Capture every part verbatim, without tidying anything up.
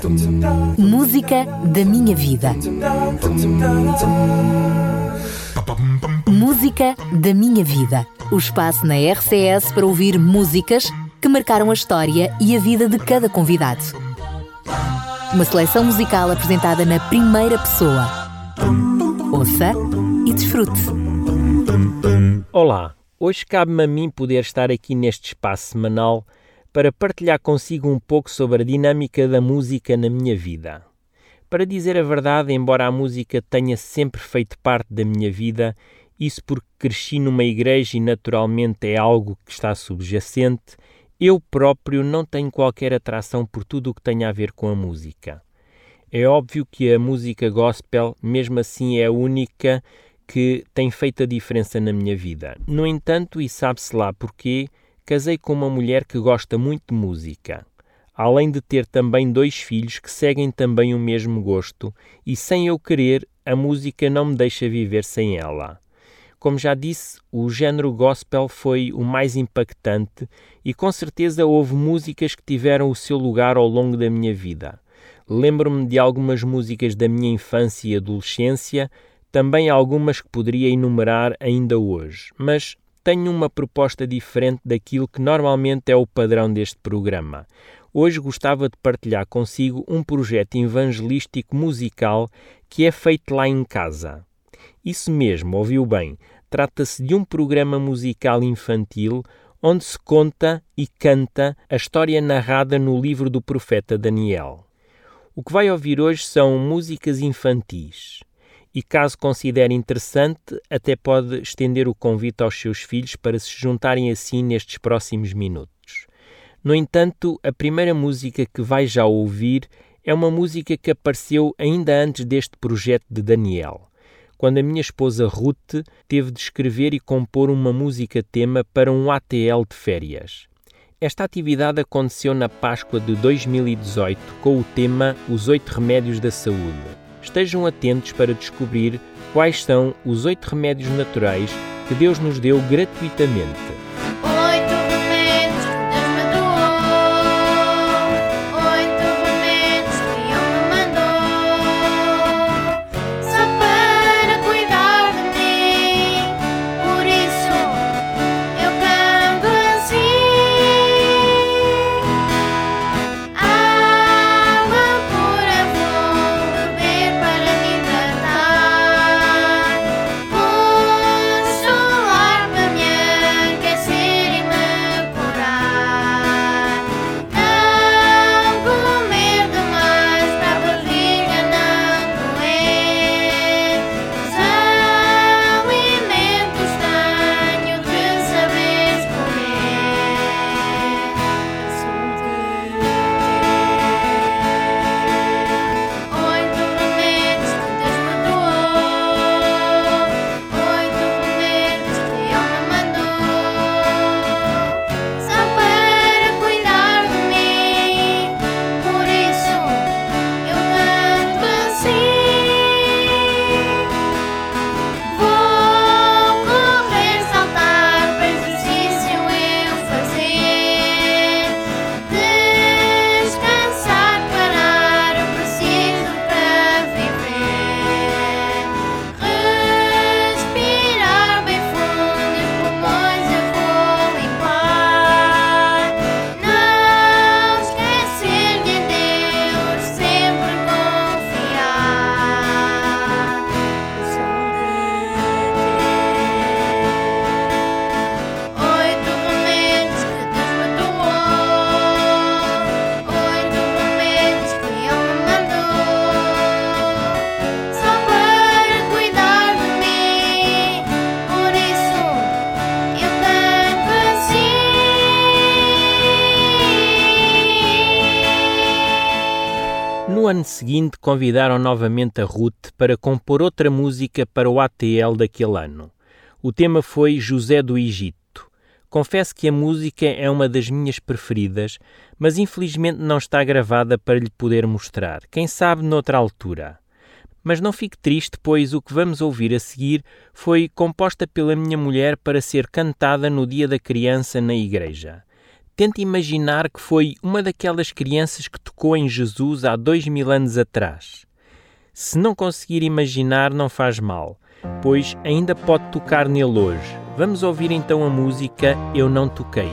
Música da minha vida. Música da minha vida. O espaço na R C S para ouvir músicas que marcaram a história e a vida de cada convidado. Uma seleção musical apresentada na primeira pessoa. Ouça e desfrute. Olá, hoje cabe-me a mim poder estar aqui neste espaço semanal para partilhar consigo um pouco sobre a dinâmica da música na minha vida. Para dizer a verdade, embora a música tenha sempre feito parte da minha vida, isso porque cresci numa igreja e naturalmente é algo que está subjacente, eu próprio não tenho qualquer atração por tudo o que tenha a ver com a música. É óbvio que a música gospel, mesmo assim, é a única que tem feito a diferença na minha vida. No entanto, e sabe-se lá porquê, casei com uma mulher que gosta muito de música, além de ter também dois filhos que seguem também o mesmo gosto e, sem eu querer, a música não me deixa viver sem ela. Como já disse, o género gospel foi o mais impactante e com certeza houve músicas que tiveram o seu lugar ao longo da minha vida. Lembro-me de algumas músicas da minha infância e adolescência, também algumas que poderia enumerar ainda hoje, mas tenho uma proposta diferente daquilo que normalmente é o padrão deste programa. Hoje gostava de partilhar consigo um projeto evangelístico musical que é feito lá em casa. Isso mesmo, ouviu bem, trata-se de um programa musical infantil onde se conta e canta a história narrada no livro do profeta Daniel. O que vai ouvir hoje são músicas infantis. E caso considere interessante, até pode estender o convite aos seus filhos para se juntarem assim nestes próximos minutos. No entanto, a primeira música que vai já ouvir é uma música que apareceu ainda antes deste projeto de Daniel, quando a minha esposa Ruth teve de escrever e compor uma música-tema para um A T L de férias. Esta atividade aconteceu na Páscoa de dois mil e dezoito com o tema Os Oito Remédios da Saúde. Estejam atentos para descobrir quais são os oito remédios naturais que Deus nos deu gratuitamente. No ano seguinte, convidaram novamente a Ruth para compor outra música para o A T L daquele ano. O tema foi José do Egito. Confesso que a música é uma das minhas preferidas, mas infelizmente não está gravada para lhe poder mostrar. Quem sabe noutra altura. Mas não fique triste, pois o que vamos ouvir a seguir foi composta pela minha mulher para ser cantada no Dia da Criança na igreja. tente imaginar que foi uma daquelas crianças que tocou em Jesus há dois mil anos atrás. Se não conseguir imaginar, não faz mal, pois ainda pode tocar nele hoje. Vamos ouvir então a música Eu Não Toquei.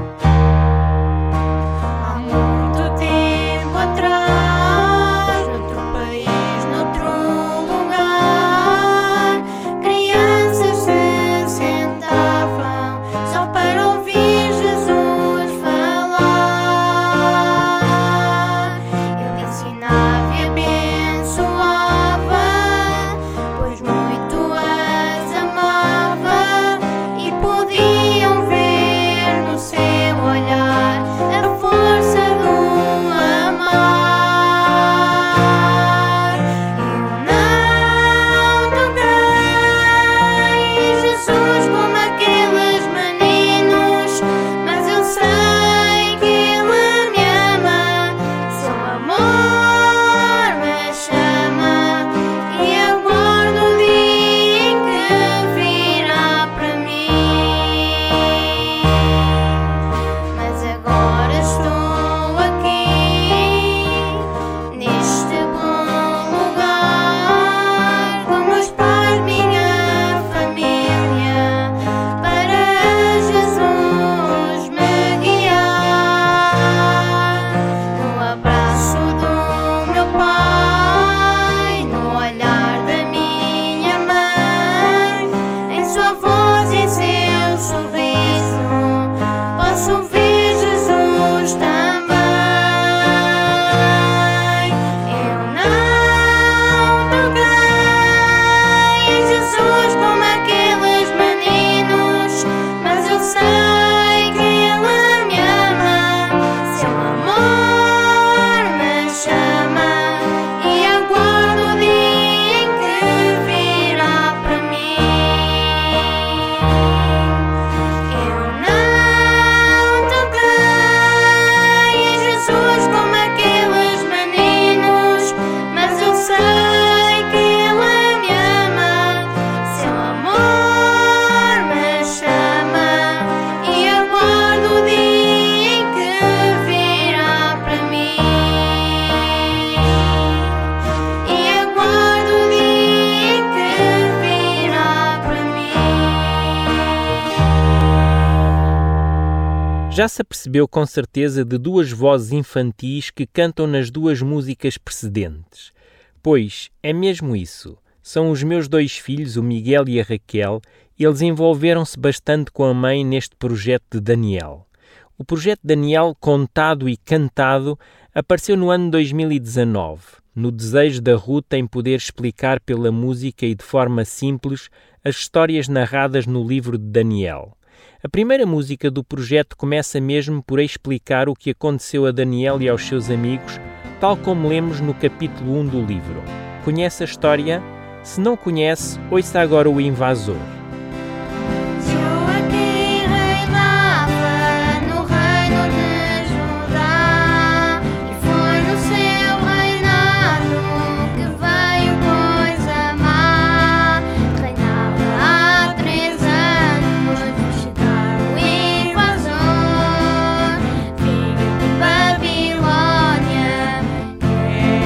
Já se apercebeu com certeza de duas vozes infantis que cantam nas duas músicas precedentes. Pois, é mesmo isso. São os meus dois filhos, o Miguel e a Raquel, e eles envolveram-se bastante com a mãe neste projeto de Daniel. O projeto Daniel, contado e cantado, apareceu no ano dois mil e dezanove, no desejo da Ruth em poder explicar pela música e de forma simples as histórias narradas no livro de Daniel. A primeira música do projeto começa mesmo por explicar o que aconteceu a Daniel e aos seus amigos, tal como lemos no capítulo um do livro. Conhece a história? Se não conhece, ouça agora o invasor.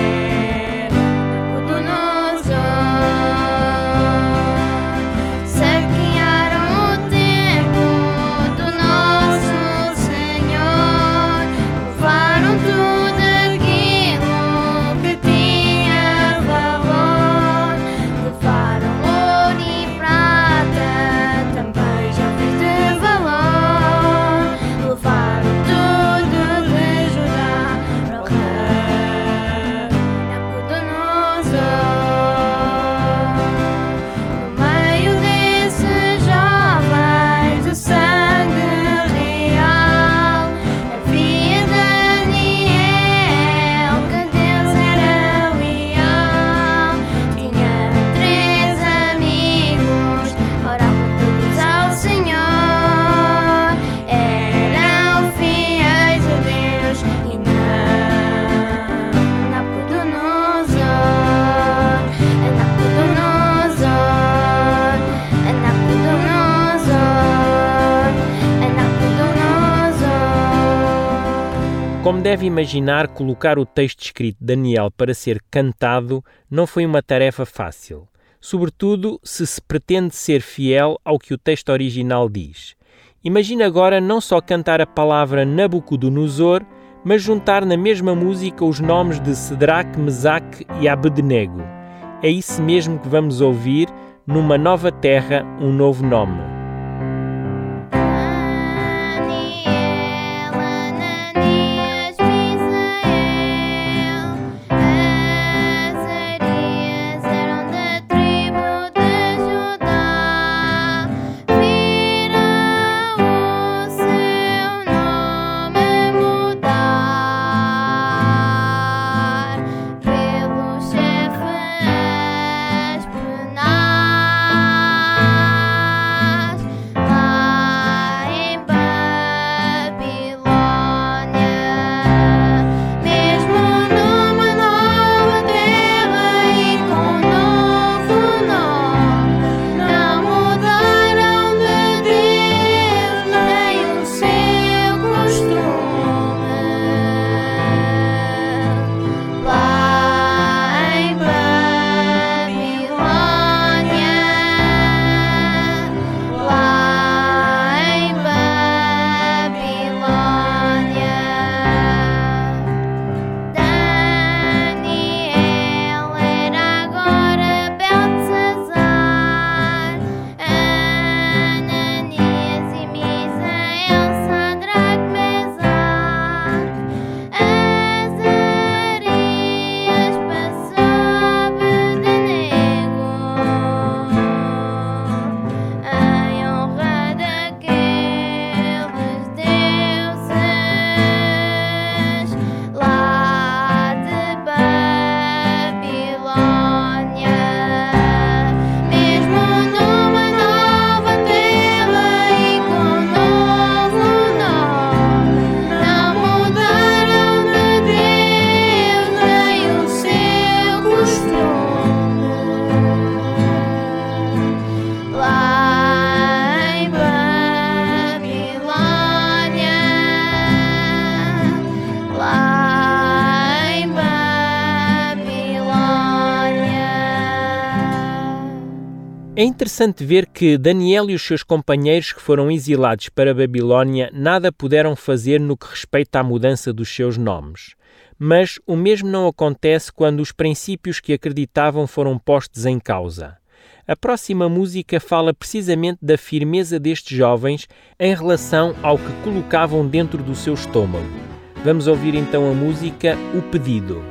Say Como deve imaginar, colocar o texto escrito de Daniel para ser cantado não foi uma tarefa fácil, sobretudo se se pretende ser fiel ao que o texto original diz. Imagina agora não só cantar a palavra Nabucodonosor, mas juntar na mesma música os nomes de Cedraque, Mesaque e Abednego. É isso mesmo que vamos ouvir, numa nova terra, um novo nome. É interessante ver que Daniel e os seus companheiros que foram exilados para a Babilónia nada puderam fazer no que respeita à mudança dos seus nomes. Mas o mesmo não acontece quando os princípios que acreditavam foram postos em causa. A próxima música fala precisamente da firmeza destes jovens em relação ao que colocavam dentro do seu estômago. Vamos ouvir então a música O Pedido.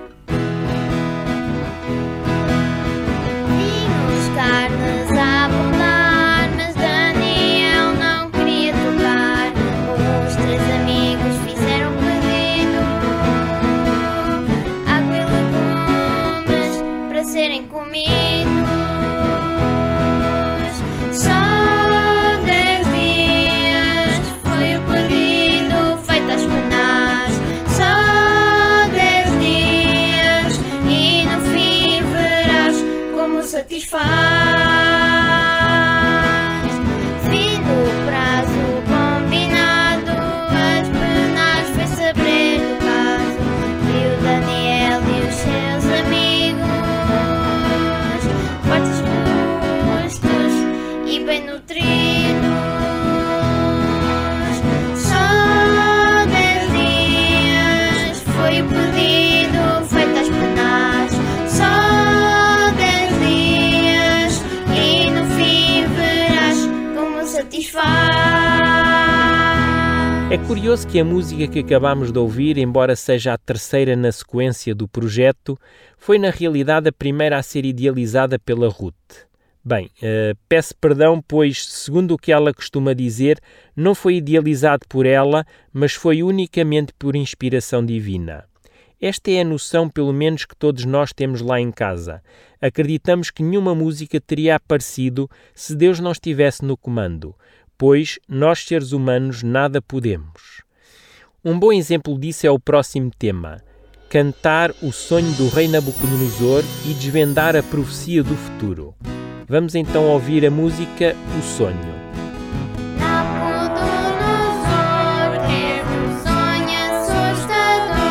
Satisfaz. Fim do prazo combinado, as penas foi saber do caso. Viu Daniel e os seus amigos, fortes, robustos e bem nutridos. Só dez dias foi o pedido feito às penas. Só É curioso que a música que acabamos de ouvir, embora seja a terceira na sequência do projeto, foi na realidade a primeira a ser idealizada pela Ruth. Bem, uh, peço perdão, pois, segundo o que ela costuma dizer, não foi idealizado por ela, mas foi unicamente por inspiração divina. Esta é a noção, pelo menos, que todos nós temos lá em casa. Acreditamos que nenhuma música teria aparecido se Deus não estivesse no comando, pois nós, seres humanos, nada podemos. Um bom exemplo disso é o próximo tema: cantar o sonho do rei Nabucodonosor e desvendar a profecia do futuro. Vamos então ouvir a música O Sonho. Nabucodonosor teve um sonho assustador.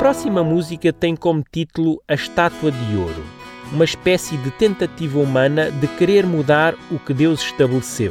próxima música tem como título A Estátua de Ouro, uma espécie de tentativa humana de querer mudar o que Deus estabeleceu.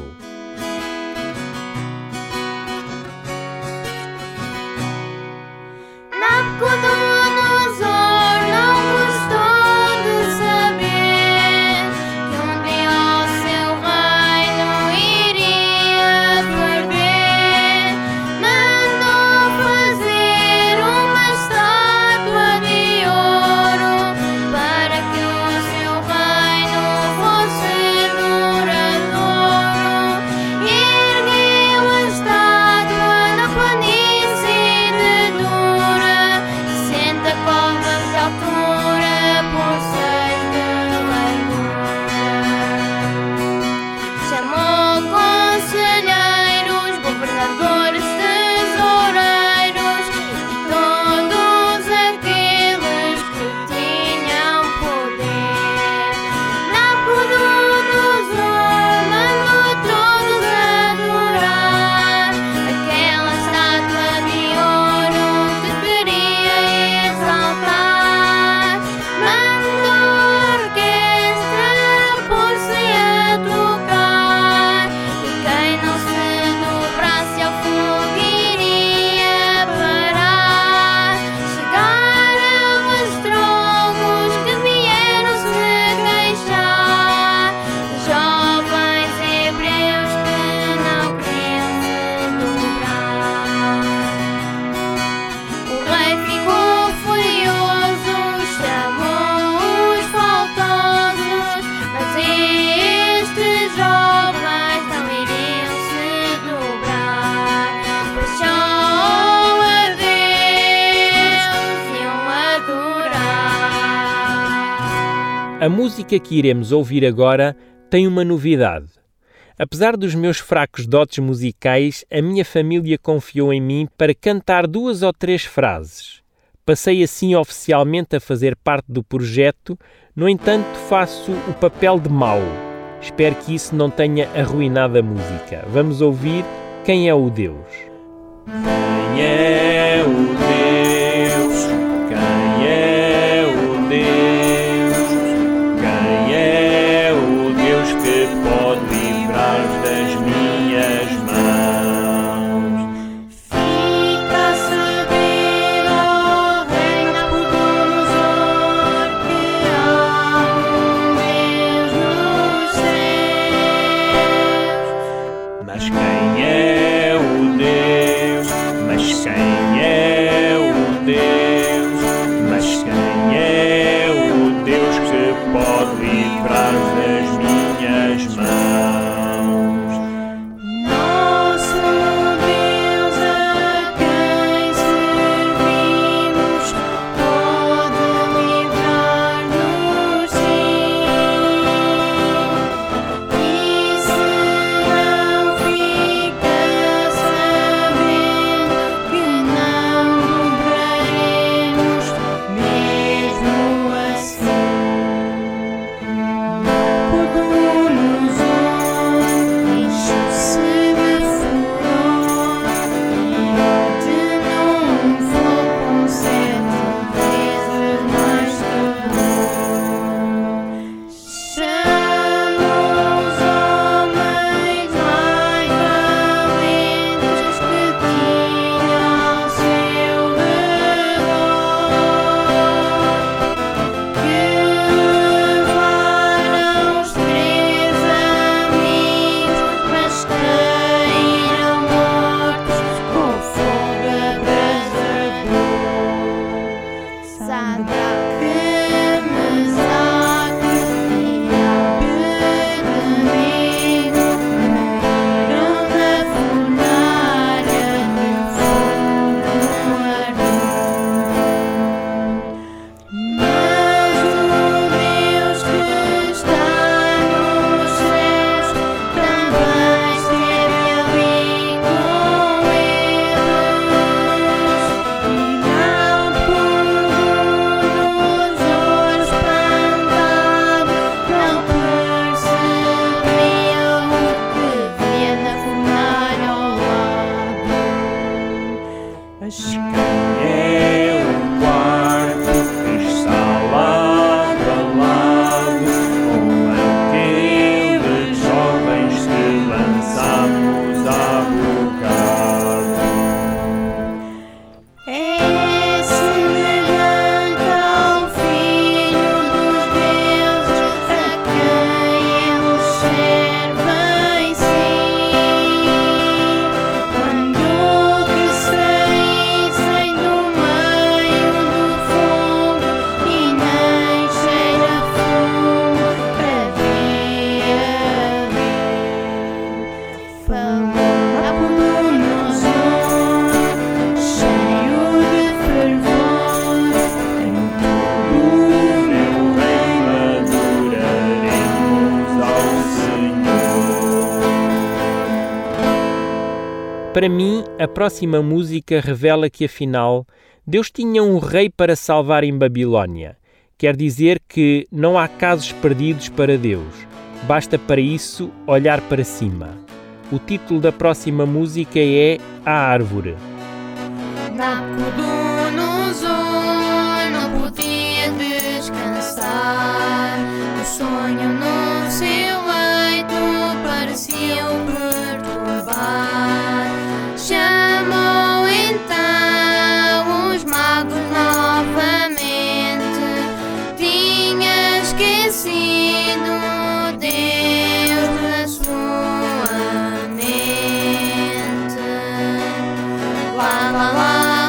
A música que iremos ouvir agora tem uma novidade. Apesar dos meus fracos dotes musicais, a minha família confiou em mim para cantar duas ou três frases. Passei assim oficialmente a fazer parte do projeto, no entanto faço o papel de mau. Espero que isso não tenha arruinado a música. Vamos ouvir Quem é o Deus. Quem é o Deus? Quem é o Deus? Quem é o Deus que pode livrar das minhas mãos? Fica a saber, ó Rei Nabucodonosor, que há um Deus nos céus. Mas quem é o Deus? Mas quem é o Deus? Mas quem é o Deus que pode livrar das minhas mãos? Nosso Deus a quem servimos pode livrar-nos sim. E se não ficar falou Nabucodonosor, cheio de fervor. Em todo o meu reino adoraremos ao Senhor. Para mim, a próxima música revela que, afinal, Deus tinha um rei para salvar em Babilónia. Quer dizer que não há casos perdidos para Deus. Basta para isso olhar para cima. O título da próxima música é A Árvore. Nabucodonosor não podia descansar. O sonho no seu leito parecia o perturbar. Chamou então os magos novamente. Tinha esquecido Deus na sua mente. Lá, lá, lá.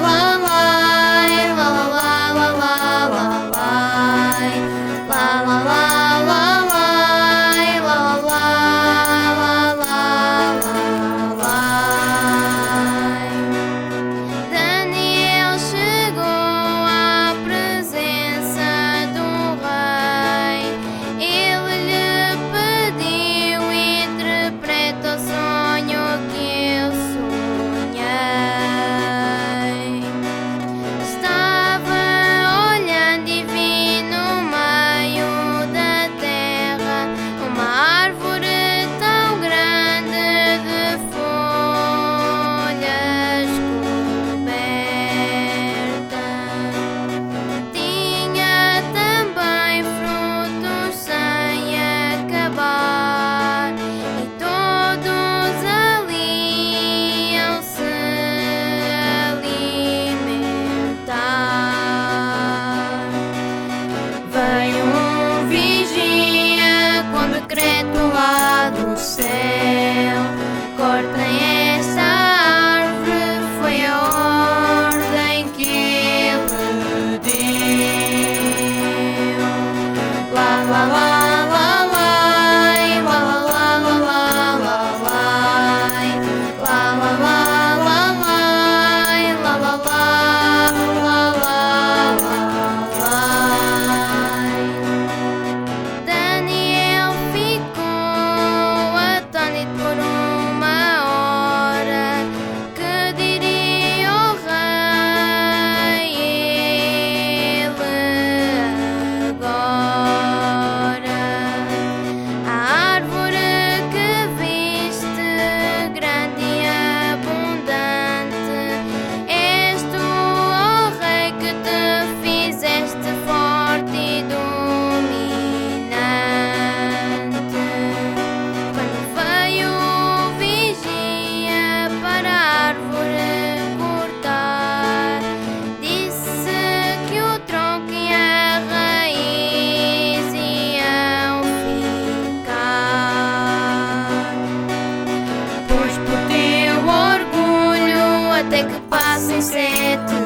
Até que passem sete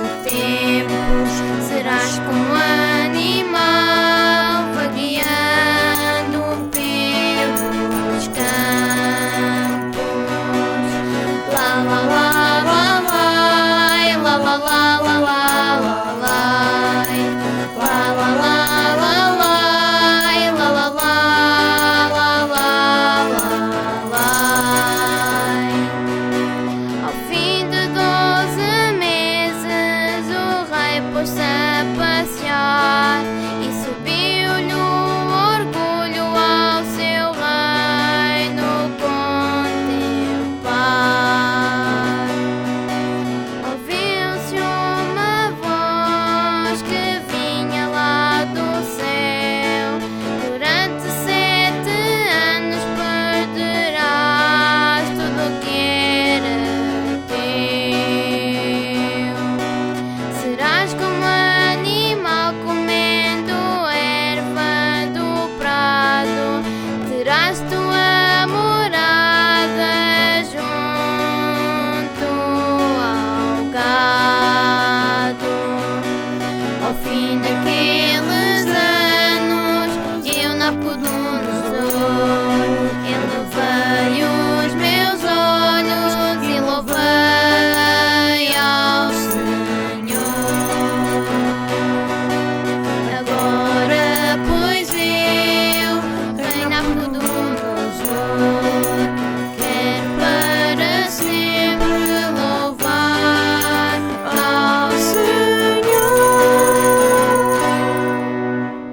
tempos, serás como animal vagueando pelos campos. Lá, lá, lá, lá, lá, lá, lá, lá, lá, lá, lá, lá, lá, lá, lá, pôs-se a passear.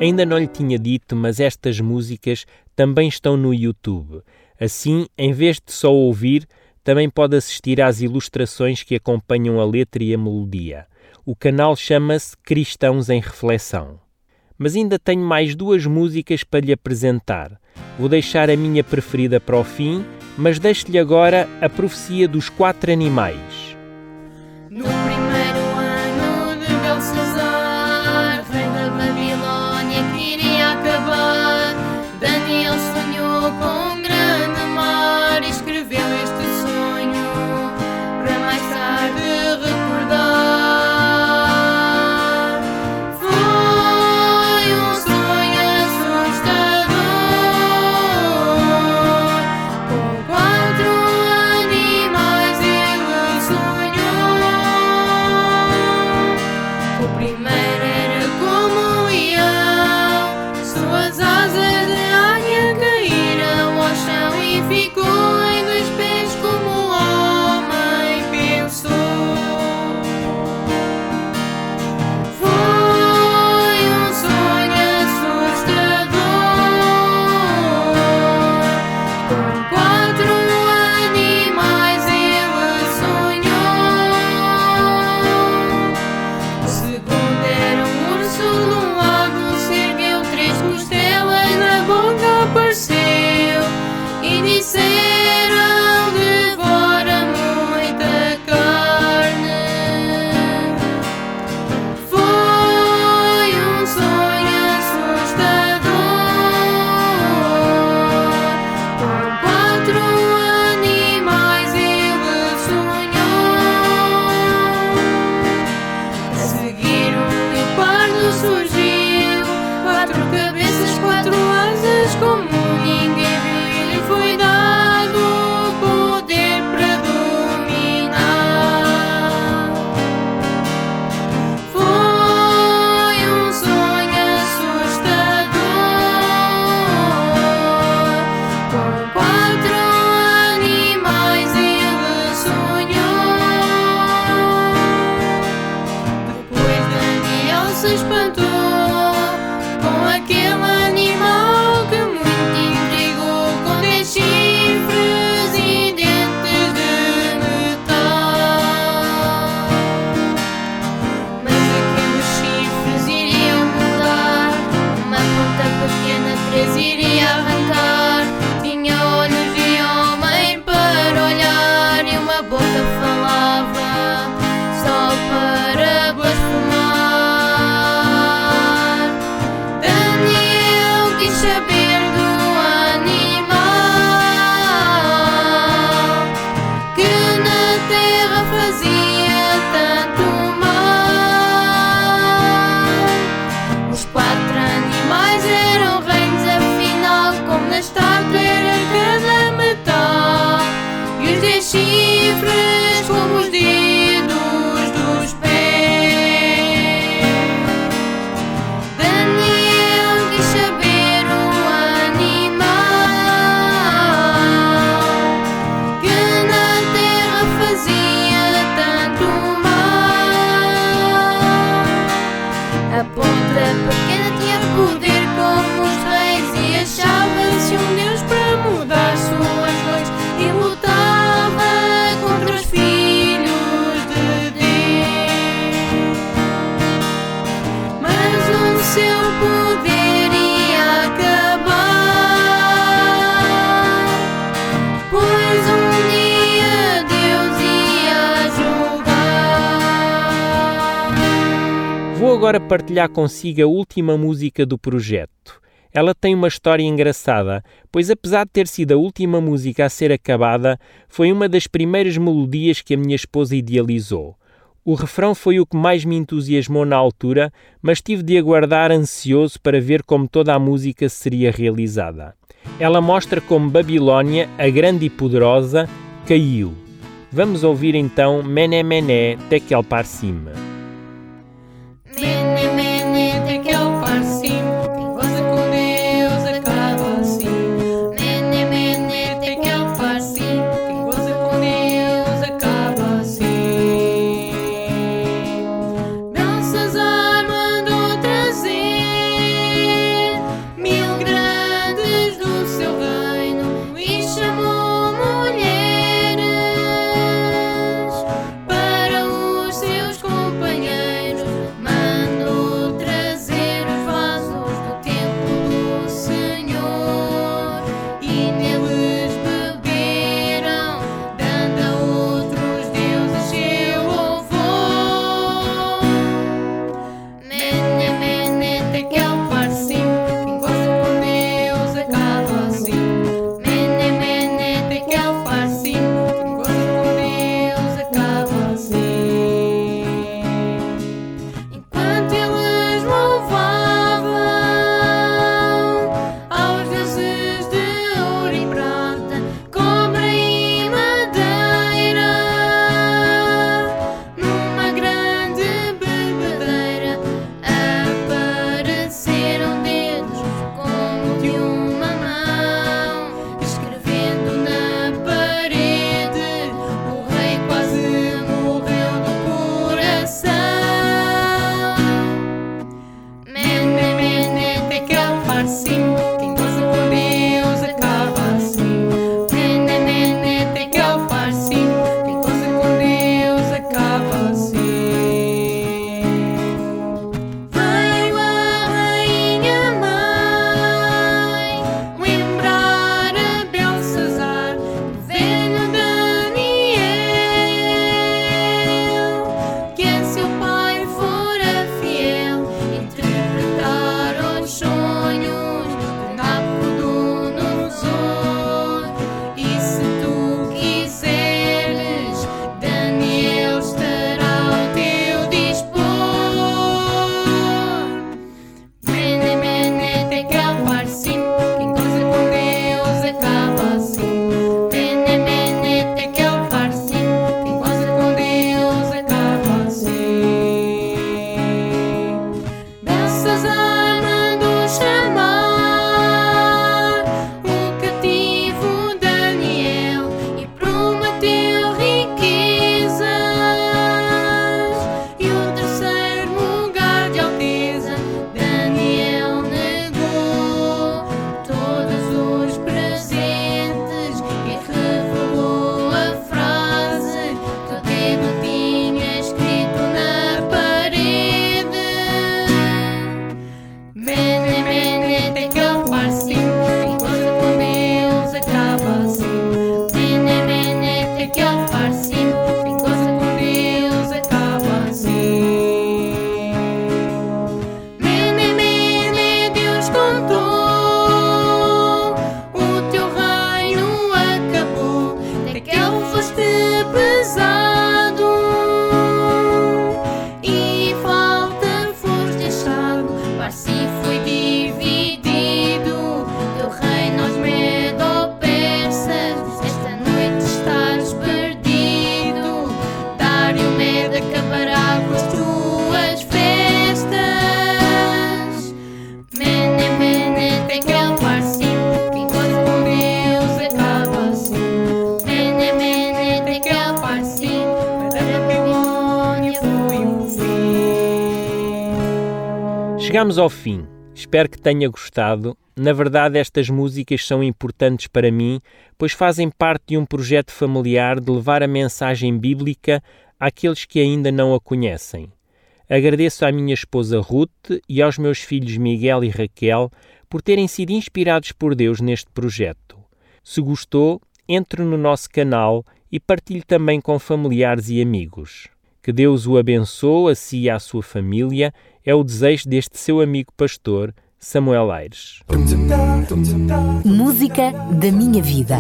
Ainda não lhe tinha dito, mas estas músicas também estão no YouTube. Assim, em vez de só ouvir, também pode assistir às ilustrações que acompanham a letra e a melodia. O canal chama-se Cristãos em Reflexão. Mas ainda tenho mais duas músicas para lhe apresentar. Vou deixar a minha preferida para o fim, mas deixo-lhe agora a profecia dos quatro animais. No primeiro ano de Belsazar, rei da Babilônia, que iria acabar, Daniel sonhou com um grande mar e escreveu este sonho para mais tarde recordar. Foi um sonho assustador, com quatro animais ele sonhou. O primeiro era como um leão, suas asas de águia caíram ao chão e ficou em dois pés como o homem pensou. Foi um sonho assustador, com quatro animais ele sonhou. O segundo era um urso num lago, se ergueu três costelas, na boca apareceu e disseram: devora muita carne. Foi um sonho assustador, com quatro animais ele sonhou. A seguir um leopardo surgiu, quatro cabeças, quatro asas, como ninguém viu, e lhe foi dado poder para dominar. Foi um sonho assustador, com quatro animais ele sonhou. Depois Daniel se espantou com aquele animal que muito intrigou, com dez chifres e dentes de metal. Mas aqueles chifres iriam mudar, uma ponta pequena três iria arrancar. Tinha olhos de homem para olhar e uma boca falava só para blasfemar. Daniel quis saber do animal que na terra fazia tanto mal. Os quatro animais eram reinos, afinal, como na estátua era cada metal, e os dez chifres como os dedos dos pés. Daniel quis saber o animal que na terra fazia tanto mal. A ponta pequena tinha poder como os reis e achava-se um deus para mudar suas leis, e lutava contra os filhos de Deus. Mas o seu poder ia acabar, pois um dia Deus ia julgar. Vou agora partilhar consigo a última música do projeto. Ela tem uma história engraçada, pois apesar de ter sido a última música a ser acabada, foi uma das primeiras melodias que a minha esposa idealizou. O refrão foi o que mais me entusiasmou na altura, mas tive de aguardar ansioso para ver como toda a música seria realizada. Ela mostra como Babilônia, a grande e poderosa, caiu. Vamos ouvir então Mené Mené Tekel Parsim. Mené, mené, tekel parsim, quem goza com Deus acaba assim. Mené, mené, tekel parsim, quem goza com Deus acaba assim. Belsazar mandou trazer Chegamos ao fim. Espero que tenha gostado. Na verdade, estas músicas são importantes para mim, pois fazem parte de um projeto familiar de levar a mensagem bíblica àqueles que ainda não a conhecem. Agradeço à minha esposa Ruth e aos meus filhos Miguel e Raquel por terem sido inspirados por Deus neste projeto. Se gostou, entre no nosso canal e partilhe também com familiares e amigos. Que Deus o abençoe, a si e à sua família, é o desejo deste seu amigo pastor, Samuel Aires. Música da minha vida.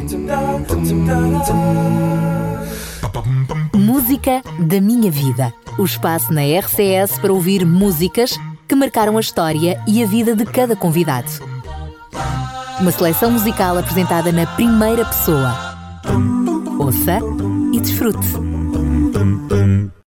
Música da minha vida. O espaço na R C S para ouvir músicas que marcaram a história e a vida de cada convidado. Uma seleção musical apresentada na primeira pessoa. Ouça e desfrute.